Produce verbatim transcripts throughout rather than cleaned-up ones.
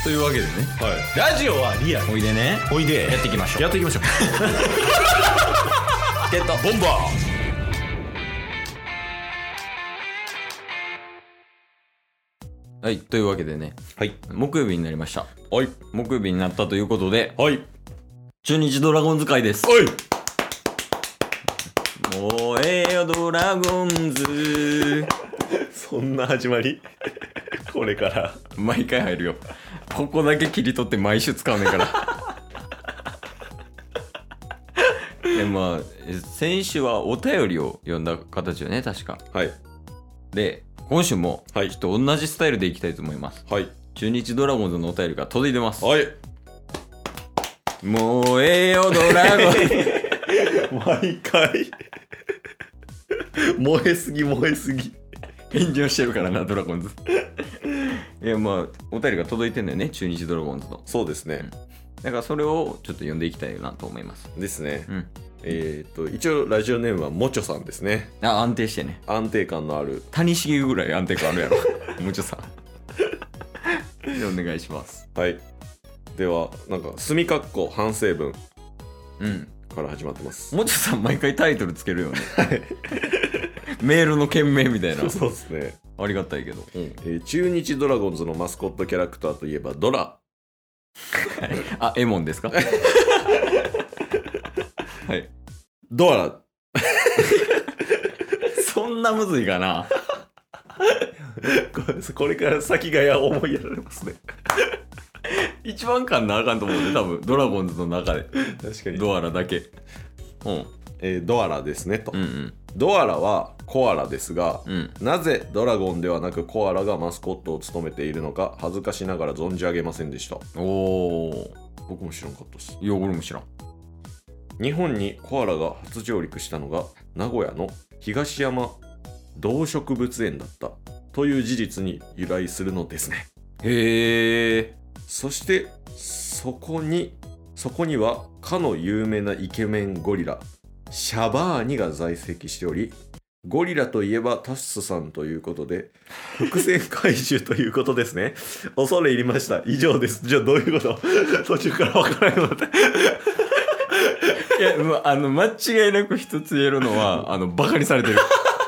というわけでね、 はい、ラジオはリアル。 おいでね、 おいでやっていきましょう。 やっていきましょうゲットボンバー。はい、というわけでね、 ー。はい木曜日になりました。 はい。 木曜日になったということで、 はい。 中日ドラゴンズ会です。 はい。 もうええよドラゴンズ。 そんな始まりこれから毎回入るよ。ここだけ切り取って毎週使うねんからでまあ先週はお便りを読んだ形よね、確か。 はい。 で今週もちょはいっと同じスタイルでいきたいと思います。 はい。 中日ドラゴンズのお便りが届いてます。 はい。 もうええよドラゴンズ毎回燃えすぎ燃えすぎ炎上してるからなドラゴンズいやまあお便りが届いてんだよね、中日ドラゴンズの。 そうですね、 だからそれをちょっと読んでいきたいなと思います。 ですね、 うん。 えっ、ー、と一応ラジオネームはもちょさんですね。 あ、安定してね。 安定感のある。 谷繁ぐらい安定感あるやろもうちょさんでお願いします。 はい。ではなんか墨かっこ反省文うんから始まってます。 もうちょさん毎回タイトルつけるよねメールの件名みたいな。 そうですね。 ありがたいけど、うん、 えー、中日ドラゴンズのマスコットキャラクターといえばドラあ、エモンですかはい、 ドアラそんなむずいかなこれから先がや思いやられますね一番かんなあかんと思うね、多分ドラゴンズの中で。 確かに。 ドアラだけ。うん、 えー、ドアラですねと、 うんうん、 ドアラはコアラですが、 うん、 なぜドラゴンではなくコアラがマスコットを務めているのか恥ずかしながら存じ上げませんでした。 おー、 僕も知らんかったです。 いや俺も知らん。 日本にコアラが初上陸したのが名古屋の東山動植物園だったという事実に由来するのですね。 へー。 そしてそこにそこにはかの有名なイケメンゴリラシャバーニが在籍しており、ゴリラといえばタッスさんということで伏線回収ということですね。恐れ入りました。以上です。じゃあどういうこと途中から分からないのだっていや、ま、あの間違いなく一つ言えるのはあのバカにされてる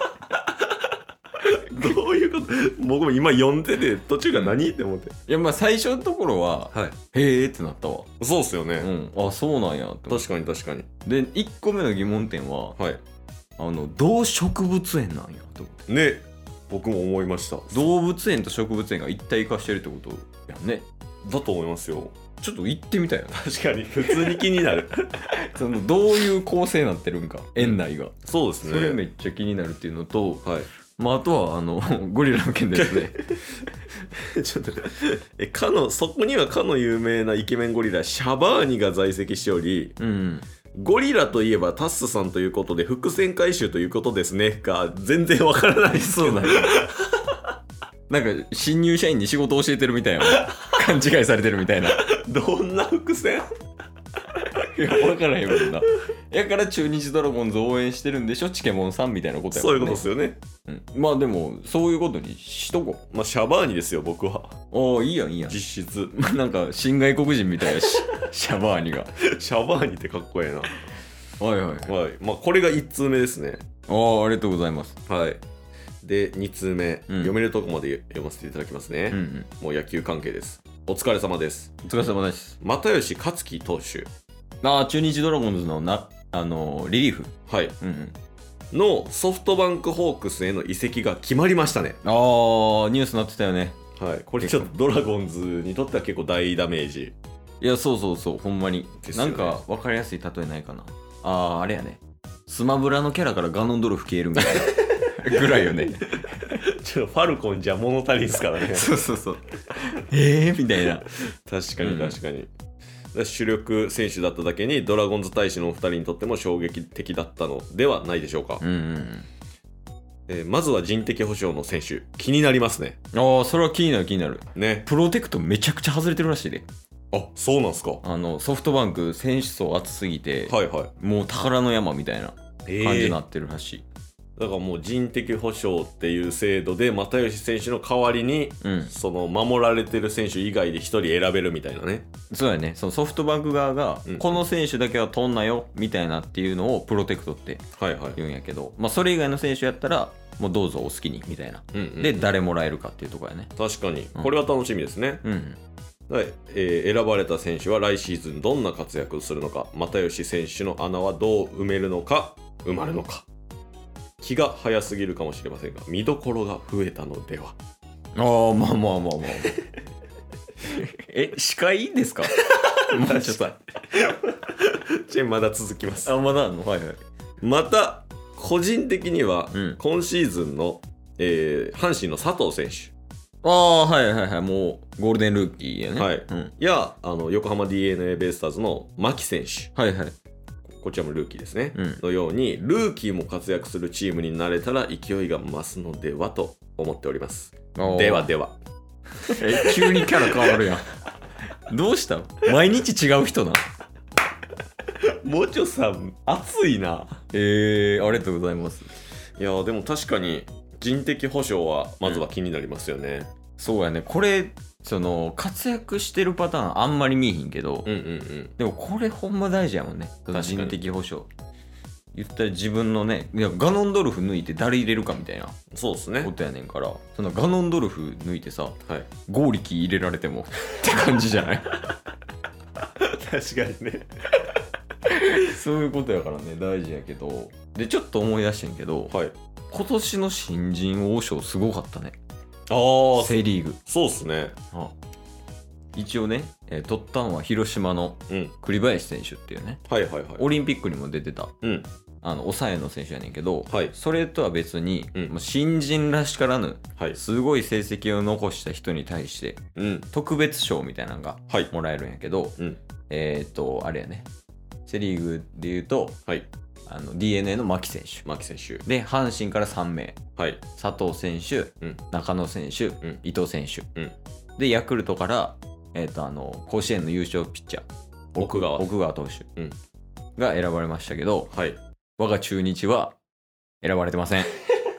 どういうこと僕も今読んでて途中が何って思って。 いやまあ最初のところは、 はい、 へーってなったわ。 そうっすよね、 うん、あそうなんやって。 確かに確かに。 でいっこめの疑問点は、 はい、 あの動植物園なんやと思ってね。僕も思いました。 動物園と植物園が一体化してるってことやんね。 だと思いますよ。 ちょっと行ってみたいよ。 確かに普通に気になるそのどういう構成になってるんか、園内が。 そうですね。 それめっちゃ気になるっていうのと、 はい。 まあ、あとはあのゴリラの件ですねちょっとえかのそこにはかの有名なイケメンゴリラシャバーニが在籍しており、 うん、 ゴリラといえばタッスさんということで伏線回収ということですねが全然わからない。 そうなんやなんか新入社員に仕事教えてるみたいな勘違いされてるみたいなどんな伏線いや分からへんもんな。やから中日ドラゴンズ応援してるんでしょチケモンさんみたいなことやもんね。 そういうことですよね、 うん、まあでもそういうことにしとこう。まあシャバーニですよ僕は。 う。ああいいやんいいやん。 実質なんか新外国人みたいやしシャバーニがシャバーニってかっこええな。 はいはいはい。まあこれがいち通目ですね。 ああありがとうございます。 はいでに通目、うん、読めるとこまで読ませていただきますね、 うんうん、 もう野球関係です。お疲れ様です。 お疲れ様です。 又吉克樹投手、 ああ中日ドラゴンズのなあのー、リリーフ、 はい、うんうん、のソフトバンクホークスへの移籍が決まりましたね。 ああニュースなってたよね。 はい、これちょっとドラゴンズにとっては結構大ダメージ。 いやそうそうそうほんまに、ね、なんか分かりやすい例えないかな。あああれやね、スマブラのキャラからガノンドルフ消えるみたいなぐらいよねちょっとファルコンじゃ物足りんですからねそうそうそうえーみたいな。 確かに確かに、うん、主力選手だっただけにドラゴンズ大使のお二人にとっても衝撃的だったのではないでしょうか。 うんうんうんえー、まずは人的保障の選手気になりますね。 ああそれは気になる気になるね。 プロテクトめちゃくちゃ外れてるらしいで。 あそうなんすか。 あのソフトバンク選手層厚すぎて、 はいはい、 もう宝の山みたいな感じになってるらしい、 えだからもう人的保障っていう制度で又吉選手の代わりに、 うん、 その守られてる選手以外でひとり選べるみたいなね。 そうやね。そのソフトバンク側が、 うん、 この選手だけは取んなよみたいなっていうのをプロテクトって言うんやけど、はいはい、まあ、それ以外の選手やったらもうどうぞお好きにみたいな、うんうんうん、で誰もらえるかっていうところやね。 確かにこれは楽しみですね、うん、はい、えー、選ばれた選手は来シーズンどんな活躍をするのか、又吉選手の穴はどう埋めるのか埋まるのか、気が早すぎるかもしれませんが見どころが増えたのでは。 ああ、まあまあまあまあえ、司会いいんですかまあちょっとじゃあまだ続きます。 あ、まだあるの。はいはい。 また個人的には、 うん、 今シーズンの、えー、阪神の佐藤選手、 ああ、はいはいはい、もうゴールデンルーキーやね。 はい、うん、やあの横浜 ディーエヌエー ベイスターズの牧選手、 はいはい、 こちらもルーキーですね、うん、のようにルーキーも活躍するチームになれたら勢いが増すのではと思っております。ではではえ、急にキャラ変わるやんどうしたの？毎日違う人なの？ もうちょさん熱いな。 えー、ありがとうございます。 いやでも確かに人的保障はまずは気になりますよね、うん、 そうやね。これその活躍してるパターンあんまり見えへんけど、 うんうんうん、 でもこれほんま大事やもんね。人的保障言ったら自分のね、いやガノンドルフ抜いて誰入れるかみたいなそうですねことやねんから、そのガノンドルフ抜いてさ、はい、ゴーリキ入れられてもって感じじゃない確かにねそういうことやからね、大事やけど。でちょっと思い出してんけど、はい、今年の新人王将すごかったね。 ああ、 セリーグ。 そうっすね。 ああ、一応ね、えー、取ったんは広島の栗林選手っていうね、 うん、はいはいはい、 オリンピックにも出てた、 うん、 あの抑えの選手やねんけど、 はい、 それとは別に、うん、新人らしからぬ、はい、すごい成績を残した人に対して、うん、特別賞みたいなのがもらえるんやけど、はい、うん、えっとあれやね、セリーグでいうと、はい、あの ディーエヌエー の牧選手、 牧選手で阪神からさんめい、 はい、 佐藤選手、うん、中野選手、うん、伊藤選手、うん、でヤクルトから、えー、とあの甲子園の優勝ピッチャー奥川奥川投手、うん、が選ばれましたけど、 はい、 我が中日は選ばれてません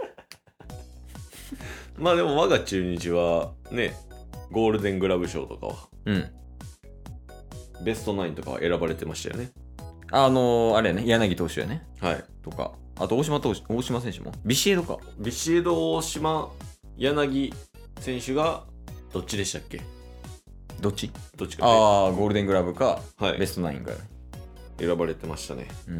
まあでも我が中日はね、ゴールデングラブ賞とかは、うん、ベストナインとかは選ばれてましたよね。 あのー、あれやね、柳投手やね、 はい、 とか、あと大島投手、大島選手もビシエドか、 ビシエド、大島、柳選手がどっちでしたっけ？ どっち？ どっちか、 ね、ああ、ゴールデングラブか、はい、ベストナインか選ばれてましたね。うん。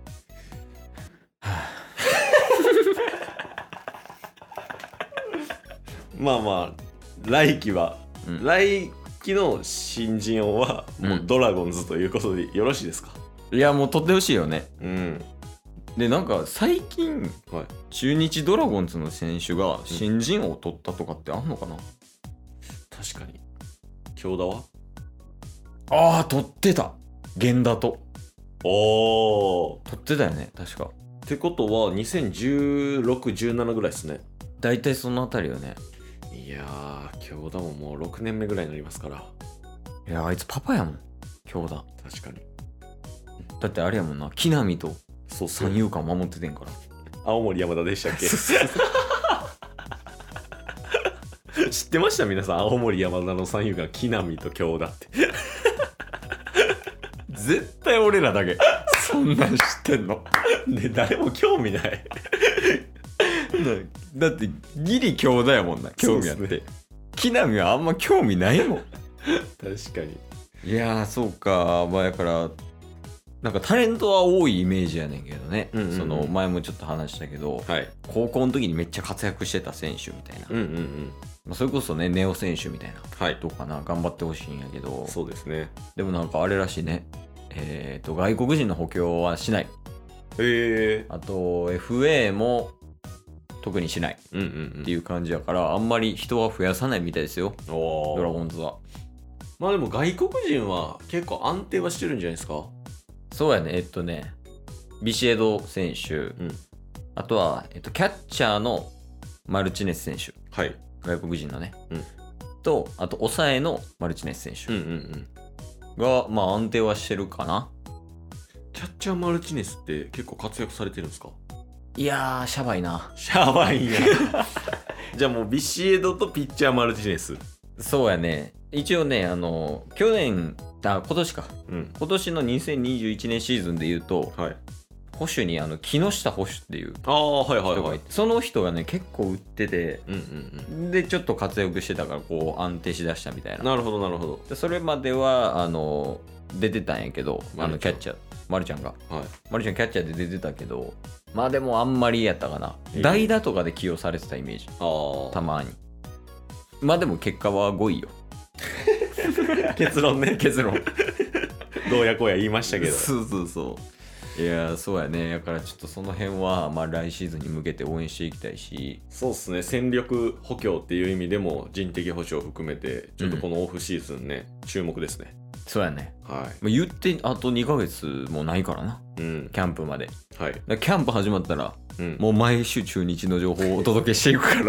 まあまあ来季は、うん、来季の新人王はもうドラゴンズということでよろしいですか？ いやもう取ってほしいよね。うん。でなんか最近、はい、中日ドラゴンズの選手が新人王を取ったとかってあんのかな？うん、 確かに。京田は？ ああ取ってた。源田と。 おお。 取ってたよね確か。 ってことはにせんじゅうろく、じゅうななぐらいですね。 だいたいそのあたりよね。 いやー京田ももうろくねんめぐらいになりますから。 いやあいつパパやもん京田。 確かに。 だってあれやもんな、木浪と三遊間守っててんから。 青森山田でしたっけ？知ってました皆さん？青森山田の三遊間木浪と京田って絶対俺らだけそんなん知ってんので誰も興味ないだってギリ京田やもんな、興味あって、ね、木浪はあんま興味ないもん確かに。 いやーそうか。まあやからなんかタレントは多いイメージやねんけどね、うんうんうん、その前もちょっと話したけど、はい、高校の時にめっちゃ活躍してた選手みたいな、うんうんうん、まあ、それこそねネオ選手みたいな、はい、どうかな、頑張ってほしいんやけど。 そうですね。 でもなんかあれらしいね、えーと外国人の補強はしない。へえ。 あと エフエー も特にしないっていう感じやから、あんまり人は増やさないみたいですよ、ドラゴンズは。 まあでも外国人は結構安定はしてるんじゃないですか。 そうやね。えっとねビシエド選手、うん、あとは、えっと、キャッチャーのマルチネス選手、はい、外国人のね、うん、とあと抑えのマルチネス選手、うんうんうん、がまあ安定はしてるかな。 キャッチャーマルチネスって結構活躍されてるんですか？ いやーシャバいな。 シャバいんやじゃあもうビシエドとピッチャーマルティネス。 そうやね。一応ね、あの去年あ今年か、うん、今年のにせんにじゅういちねんシーズンで言うと、はい、捕手にあの木下捕手っていうああはいはいはい、 その人がね結構打ってて、うんうんうん、でちょっと活躍してたからこう安定しだしたみたいな。 なるほどなるほど。 でそれまではあの出てたんやけど、あのキャッチャーマルちゃんが、はい、マルちゃんキャッチャーで出てたけど、まあでもあんまりやったかな、えー、代打とかで起用されてたイメージ。あたまに。まあでも結果はごいよ結論ね結論どうやこうや言いましたけどそうそうそう。いやそうやね。だからちょっとその辺はまあ来シーズンに向けて応援していきたいし。 そうっすね。戦力補強っていう意味でも人的補強を含めてちょっとこのオフシーズンね、うん、注目ですね。 そうやね。 はい。 言ってあとにかげつもないからな。うん。キャンプまで。はい。だキャンプ始まったら、うん、もう毎週中日の情報をお届けしていくから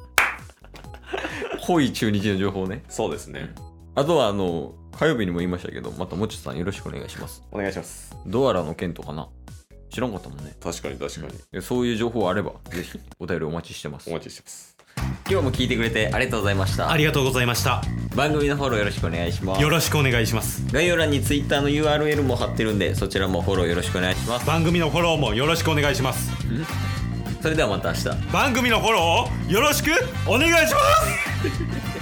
濃い中日の情報ね。 そうですね。 あとはあの火曜日にも言いましたけど、またもちさんよろしくお願いします。 お願いします。 ドアラの件とかな、知らんかったもんね。 確かに確かに、 うん、そういう情報あればぜひお便りお待ちしてます。 お待ちしてます。 今日も聞いてくれてありがとうございました。 ありがとうございました。 番組のフォローよろしくお願いします。 よろしくお願いします。 概要欄に Twitter の ユーアールエル も貼ってるんで、そちらもフォローよろしくお願いします。 番組のフォローもよろしくお願いします。 それではまた明日。 番組のフォローをよろしくお願いします